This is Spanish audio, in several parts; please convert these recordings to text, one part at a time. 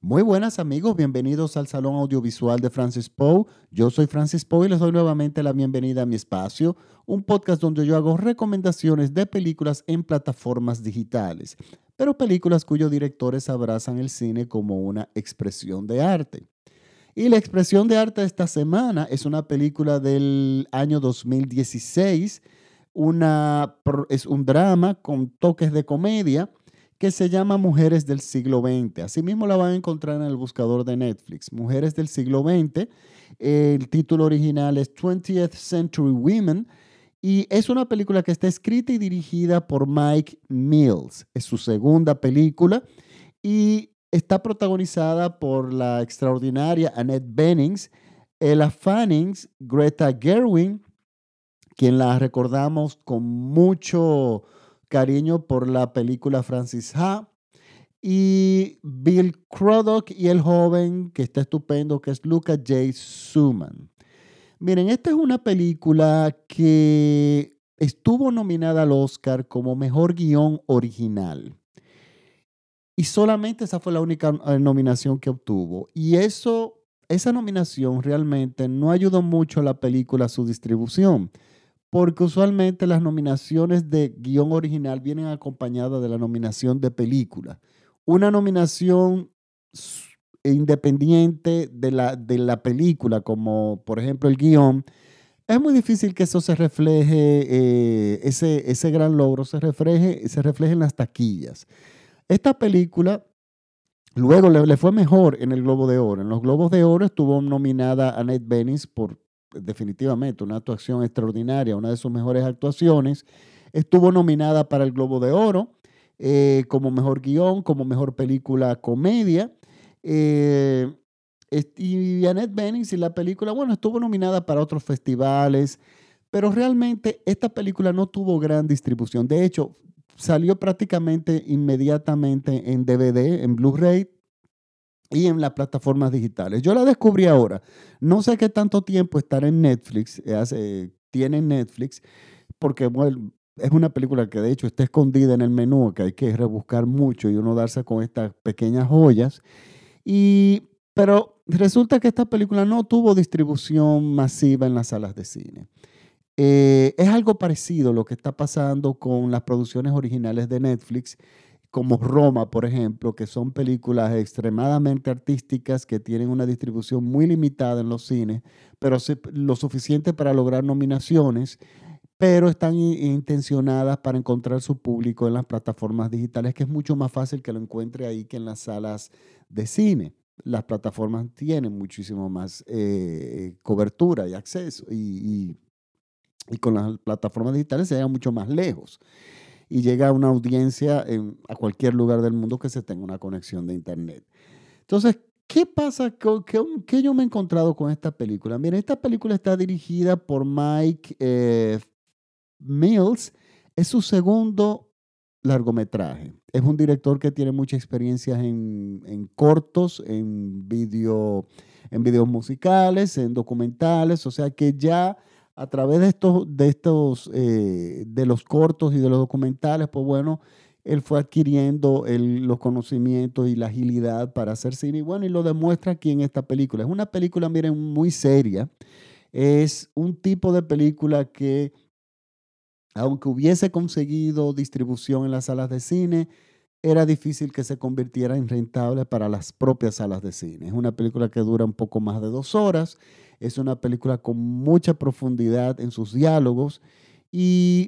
Muy buenas amigos, bienvenidos al Salón Audiovisual de Francis Poe. Yo soy Francis Poe y les doy nuevamente la bienvenida a mi espacio, un podcast donde yo hago recomendaciones de películas en plataformas digitales, pero películas cuyos directores abrazan el cine como una expresión de arte. Y la expresión de arte de esta semana es una película del año 2016, es un drama con toques de comedia que se llama Mujeres del siglo XX. Asimismo la van a encontrar en el buscador de Netflix, Mujeres del siglo XX. El título original es 20th Century Women y es una película que está escrita y dirigida por Mike Mills. Es su segunda película y está protagonizada por la extraordinaria Annette Bening, Ella Fanning, Greta Gerwig, quien la recordamos con mucho cariño por la película Francis Ha, y Bill Craddock y el joven que está estupendo, que es Luca J. Suman. Miren, esta es una película que estuvo nominada al Oscar como mejor guión original. Y solamente esa fue la única nominación que obtuvo. Y esa nominación realmente no ayudó mucho a la película a su distribución, porque usualmente las nominaciones de guión original vienen acompañadas de la nominación de película. Una nominación independiente de la película, como por ejemplo el guión, es muy difícil que eso se refleje, ese gran logro se refleje en las taquillas. Esta película luego le fue mejor en el Globo de Oro. En los Globos de Oro estuvo nominada Annette Bening por definitivamente una actuación extraordinaria, una de sus mejores actuaciones. Estuvo nominada para el Globo de Oro como mejor guión, como mejor película comedia. Eh, y Annette Bening y la película, bueno, estuvo nominada para otros festivales, pero realmente esta película no tuvo gran distribución. De hecho, salió prácticamente inmediatamente en DVD, en Blu-ray y en las plataformas digitales. Yo la descubrí ahora. No sé qué tanto tiempo estar en Netflix, tiene Netflix, porque bueno, es una película que de hecho está escondida en el menú, que hay que rebuscar mucho y uno darse con estas pequeñas joyas. Pero resulta que esta película no tuvo distribución masiva en las salas de cine. Es algo parecido lo que está pasando con las producciones originales de Netflix, como Roma, por ejemplo, que son películas extremadamente artísticas que tienen una distribución muy limitada en los cines, pero lo suficiente para lograr nominaciones, pero están intencionadas para encontrar su público en las plataformas digitales, que es mucho más fácil que lo encuentre ahí que en las salas de cine. Las plataformas tienen muchísimo más cobertura y acceso y con las plataformas digitales se llega mucho más lejos y llega a una audiencia a cualquier lugar del mundo que se tenga una conexión de internet. Entonces, ¿qué pasa? ¿Qué yo me he encontrado con esta película? Mira, esta película está dirigida por Mike Mills. Es su segundo largometraje. Es un director que tiene mucha experiencia en cortos, en videos musicales, en documentales, o sea que ya a través de los cortos y de los documentales, pues bueno, él fue adquiriendo los conocimientos y la agilidad para hacer cine y bueno, y lo demuestra aquí en esta película. Es una película, miren, muy seria. Es un tipo de película que aunque hubiese conseguido distribución en las salas de cine, era difícil que se convirtiera en rentable para las propias salas de cine. Es una película que dura un poco más de 2 horas, es una película con mucha profundidad en sus diálogos y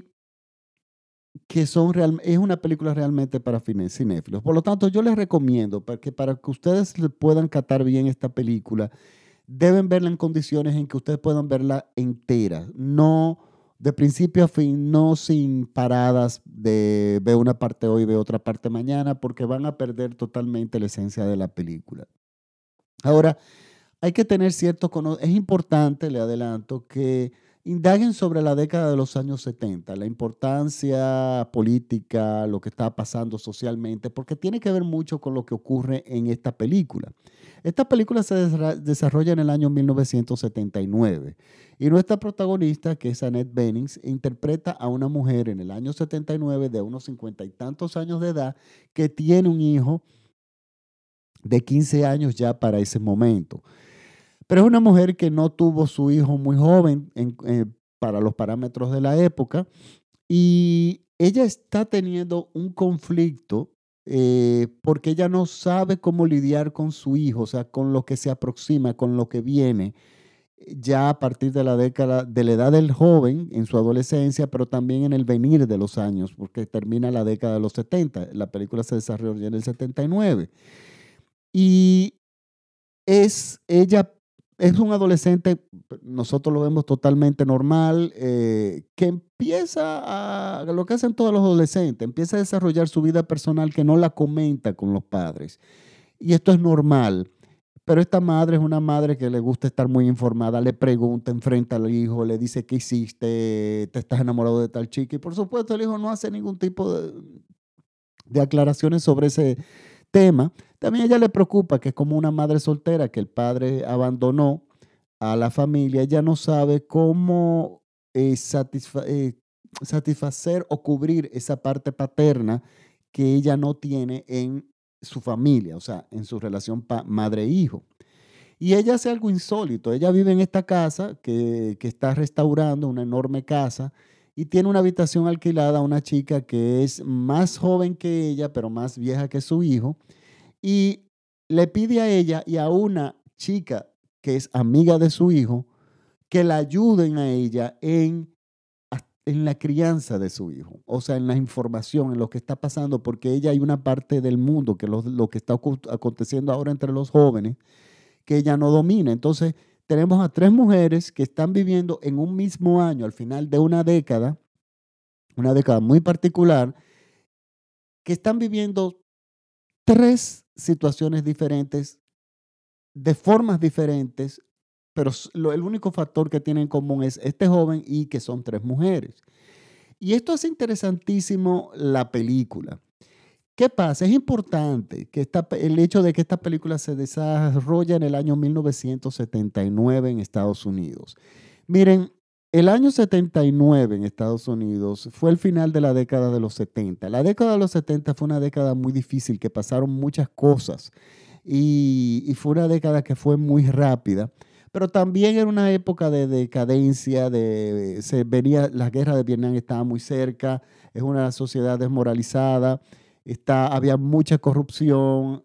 es una película realmente para cinéfilos. Por lo tanto, yo les recomiendo para que ustedes puedan catar bien esta película, deben verla en condiciones en que ustedes puedan verla entera, no de principio a fin, no sin paradas de ve una parte hoy, ve otra parte mañana, porque van a perder totalmente la esencia de la película. Ahora, hay que tener es importante, le adelanto, que indaguen sobre la década de los años 70, la importancia política, lo que está pasando socialmente, porque tiene que ver mucho con lo que ocurre en esta película. Esta película se desarrolla en el año 1979 y nuestra protagonista, que es Annette Bening, interpreta a una mujer en el año 79 de unos 50 y tantos años de edad que tiene un hijo de 15 años ya para ese momento. Pero es una mujer que no tuvo su hijo muy joven para los parámetros de la época y ella está teniendo un conflicto porque ella no sabe cómo lidiar con su hijo, o sea, con lo que se aproxima, con lo que viene ya a partir de la década, de la edad del joven en su adolescencia, pero también en el venir de los años, porque termina la década de los 70. La película se desarrolla en el 79. Y ella es un adolescente, nosotros lo vemos totalmente normal, que empieza a, lo que hacen todos los adolescentes, empieza a desarrollar su vida personal que no la comenta con los padres. Y esto es normal. Pero esta madre es una madre que le gusta estar muy informada, le pregunta, enfrenta al hijo, le dice qué hiciste, te estás enamorado de tal chica. Y por supuesto el hijo no hace ningún tipo de aclaraciones sobre ese tema. También a ella le preocupa que es como una madre soltera, que el padre abandonó a la familia. Ella no sabe cómo satisfacer o cubrir esa parte paterna que ella no tiene en su familia, o sea, en su relación madre-hijo. Y ella hace algo insólito. Ella vive en esta casa que está restaurando, una enorme casa, y tiene una habitación alquilada a una chica que es más joven que ella, pero más vieja que su hijo, y le pide a ella y a una chica que es amiga de su hijo que la ayuden a ella en la crianza de su hijo, o sea, en la información, en lo que está pasando, porque ella hay una parte del mundo, que lo que está aconteciendo ahora entre los jóvenes, que ella no domina. Entonces, tenemos a tres mujeres que están viviendo en un mismo año, al final de una década muy particular, que están viviendo tres situaciones diferentes, de formas diferentes, pero el único factor que tienen en común es este joven y que son tres mujeres. Y esto es interesantísimo la película. ¿Qué pasa? Es importante que el hecho de que esta película se desarrolla en el año 1979 en Estados Unidos. Miren, el año 79 en Estados Unidos fue el final de la década de los 70. La década de los 70 fue una década muy difícil, que pasaron muchas cosas y fue una década que fue muy rápida, pero también era una época de decadencia, se venía, la guerra de Vietnam estaba muy cerca, es una sociedad desmoralizada, había mucha corrupción,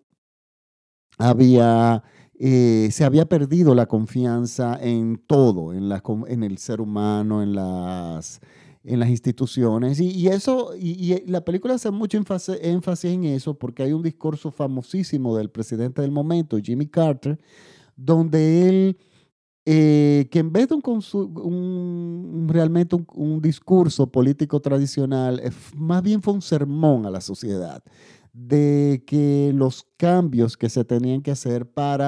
se había perdido la confianza en todo, en el ser humano, en las instituciones. Y la película hace mucho énfasis en eso porque hay un discurso famosísimo del presidente del momento, Jimmy Carter, donde él, que en vez de realmente un discurso político tradicional, más bien fue un sermón a la sociedad de que los cambios que se tenían que hacer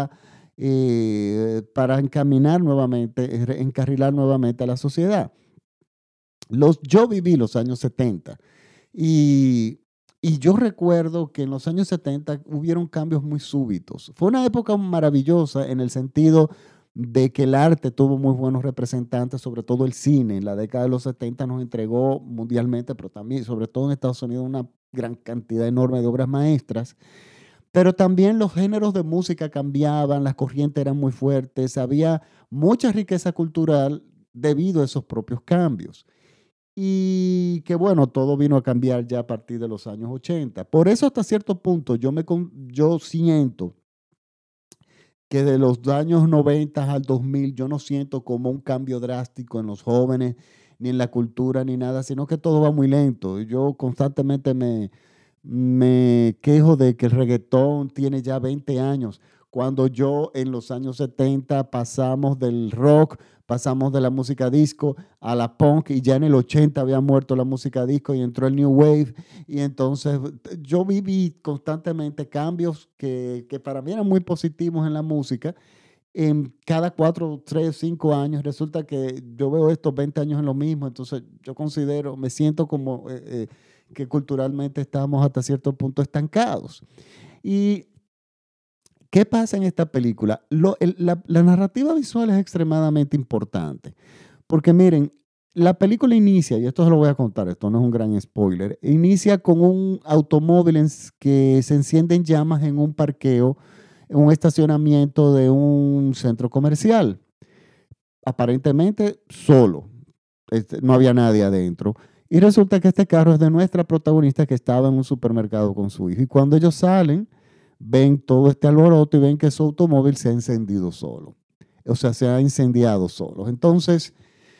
para encaminar nuevamente, encarrilar nuevamente a la sociedad. Yo viví los años 70 y, y yo recuerdo que en los años 70 hubieron cambios muy súbitos. Fue una época maravillosa en el sentido de que el arte tuvo muy buenos representantes, sobre todo el cine. En la década de los 70 nos entregó mundialmente, pero también, sobre todo en Estados Unidos, una gran cantidad enorme de obras maestras. Pero también los géneros de música cambiaban, las corrientes eran muy fuertes, había mucha riqueza cultural debido a esos propios cambios. Y que bueno, todo vino a cambiar ya a partir de los años 80. Por eso hasta cierto punto yo siento que de los años 90 al 2000 yo no siento como un cambio drástico en los jóvenes, ni en la cultura, ni nada, sino que todo va muy lento. Yo constantemente me quejo de que el reggaetón tiene ya 20 años, cuando yo en los años 70 pasamos del rock, pasamos de la música disco a la punk y ya en el 80 había muerto la música disco y entró el New Wave y entonces yo viví constantemente cambios que para mí eran muy positivos en la música. En cada 4, 3, 5 años resulta que yo veo estos 20 años en lo mismo, entonces yo considero, me siento como que culturalmente estamos hasta cierto punto estancados. ¿Y qué pasa en esta película? La narrativa visual es extremadamente importante, porque miren, La película inicia, y esto se lo voy a contar, esto no es un gran spoiler, inicia con un automóvil que se enciende en llamas en un parqueo, en un estacionamiento de un centro comercial, aparentemente solo, no había nadie adentro. Y resulta que este carro es de nuestra protagonista que estaba en un supermercado con su hijo. Y cuando ellos salen, ven todo este alboroto y ven que su automóvil se ha encendido solo. O sea, se ha incendiado solo. Entonces,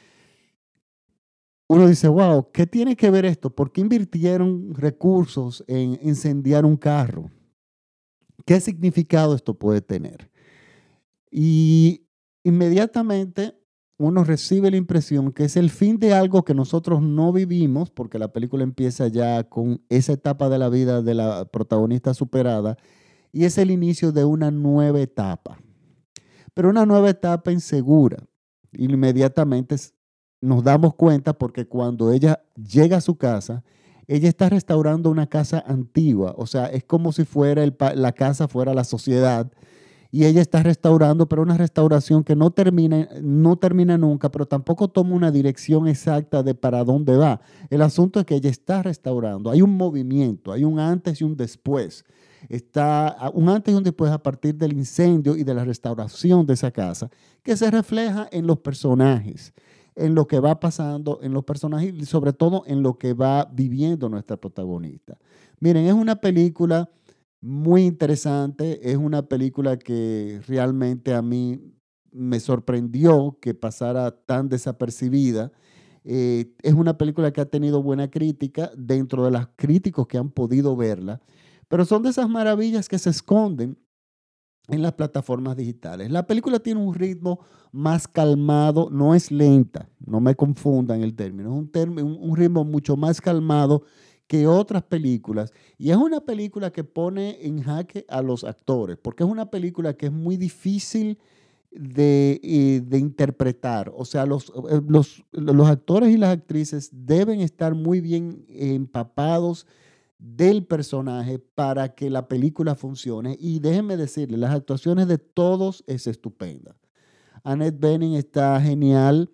uno dice, wow, ¿qué tiene que ver esto? ¿Por qué invirtieron recursos en incendiar un carro? ¿Qué significado esto puede tener? Y inmediatamente uno recibe la impresión que es el fin de algo que nosotros no vivimos, porque la película empieza ya con esa etapa de la vida de la protagonista superada, y es el inicio de una nueva etapa, pero una nueva etapa insegura. Inmediatamente nos damos cuenta porque cuando ella llega a su casa, ella está restaurando una casa antigua, o sea, es como si fuera la casa fuera la sociedad y ella está restaurando, pero una restauración que no termina nunca, pero tampoco toma una dirección exacta de para dónde va. El asunto es que ella está restaurando, hay un movimiento, hay un antes y un después. Está un antes y un después a partir del incendio y de la restauración de esa casa, que se refleja en los personajes, en lo que va pasando en los personajes y sobre todo en lo que va viviendo nuestra protagonista. Miren, es una película muy interesante, es una película que realmente a mí me sorprendió que pasara tan desapercibida. Es una película que ha tenido buena crítica dentro de los críticos que han podido verla, pero son de esas maravillas que se esconden en las plataformas digitales. La película tiene un ritmo más calmado, no es lenta, no me confundan el término, es un ritmo mucho más calmado que otras películas y es una película que pone en jaque a los actores, porque es una película que es muy difícil de interpretar, o sea, los actores y las actrices deben estar muy bien empapados del personaje para que la película funcione. Y déjenme decirle, las actuaciones de todos es estupenda. Annette Bening está genial.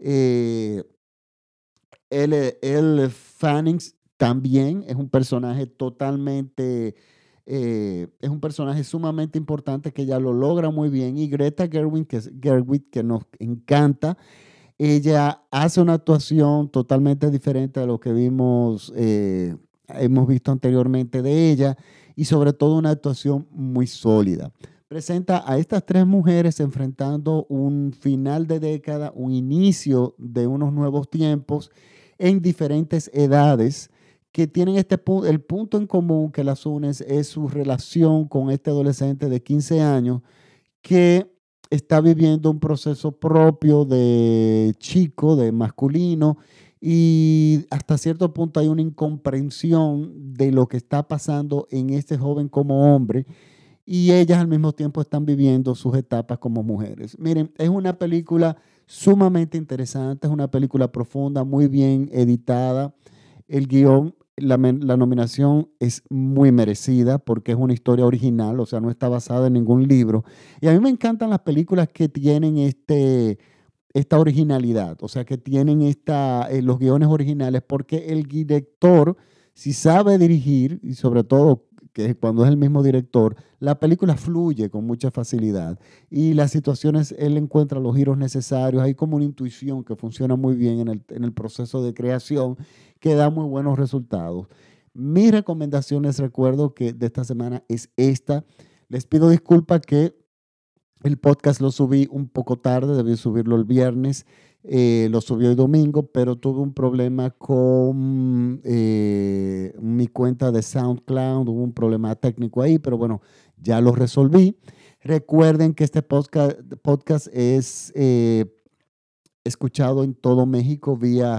Elle Fanning también es un personaje totalmente, es un personaje sumamente importante que ella lo logra muy bien. Y Greta Gerwig, que nos encanta, ella hace una actuación totalmente diferente a lo que hemos visto anteriormente de ella y sobre todo una actuación muy sólida. Presenta a estas tres mujeres enfrentando un final de década, un inicio de unos nuevos tiempos en diferentes edades que tienen el punto en común que las une es su relación con este adolescente de 15 años que está viviendo un proceso propio de chico, de masculino, y hasta cierto punto hay una incomprensión de lo que está pasando en este joven como hombre, y ellas al mismo tiempo están viviendo sus etapas como mujeres. Miren, es una película sumamente interesante, es una película profunda, muy bien editada. El guión, la nominación es muy merecida porque es una historia original, o sea, no está basada en ningún libro. Y a mí me encantan las películas que tienen esta originalidad, o sea, que tienen los guiones originales, porque el director, si sabe dirigir, y sobre todo que cuando es el mismo director, la película fluye con mucha facilidad y las situaciones, él encuentra los giros necesarios, hay como una intuición que funciona muy bien en el proceso de creación, que da muy buenos resultados. Mis recomendaciones, recuerdo que de esta semana es esta. Les pido disculpas que el podcast lo subí un poco tarde, debí subirlo el viernes, lo subí hoy domingo, pero tuve un problema con mi cuenta de SoundCloud, hubo un problema técnico ahí, pero bueno, ya lo resolví. Recuerden que este podcast es escuchado en todo México vía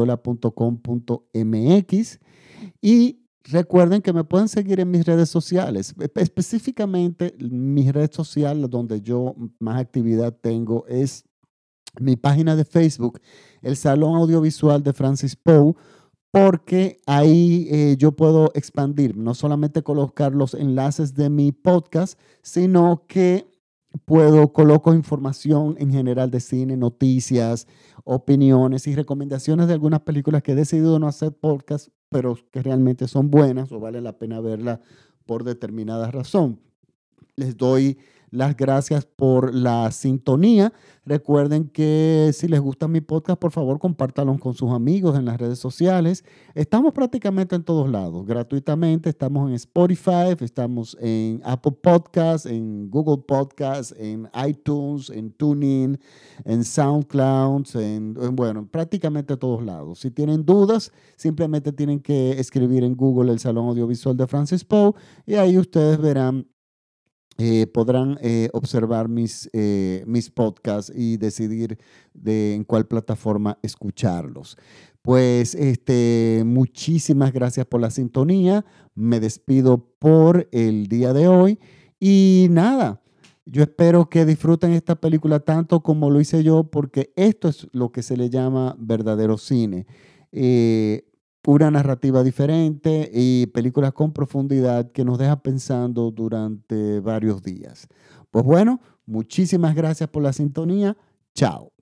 radiola.com.mx y recuerden que me pueden seguir en mis redes sociales. Específicamente, mi red social donde yo más actividad tengo es mi página de Facebook, el Salón Audiovisual de Francis Poe, porque ahí yo puedo expandir, no solamente colocar los enlaces de mi podcast, sino que coloco información en general de cine, noticias, opiniones y recomendaciones de algunas películas que he decidido no hacer podcast, pero que realmente son buenas o vale la pena verlas por determinada razón. Les doy las gracias por la sintonía. Recuerden que si les gusta mi podcast, por favor, compártanlo con sus amigos en las redes sociales. Estamos prácticamente en todos lados, gratuitamente. Estamos en Spotify, estamos en Apple Podcasts, en Google Podcasts, en iTunes, en TuneIn, en SoundCloud, bueno, prácticamente todos lados. Si tienen dudas, simplemente tienen que escribir en Google el Salón Audiovisual de Francis Poe y ahí ustedes verán podrán observar mis podcasts y decidir en cuál plataforma escucharlos. Pues muchísimas gracias por la sintonía. Me despido por el día de hoy y nada. Yo espero que disfruten esta película tanto como lo hice yo, porque esto es lo que se le llama verdadero cine. Eh, una narrativa diferente y películas con profundidad que nos deja pensando durante varios días. Pues bueno, muchísimas gracias por la sintonía. Chao.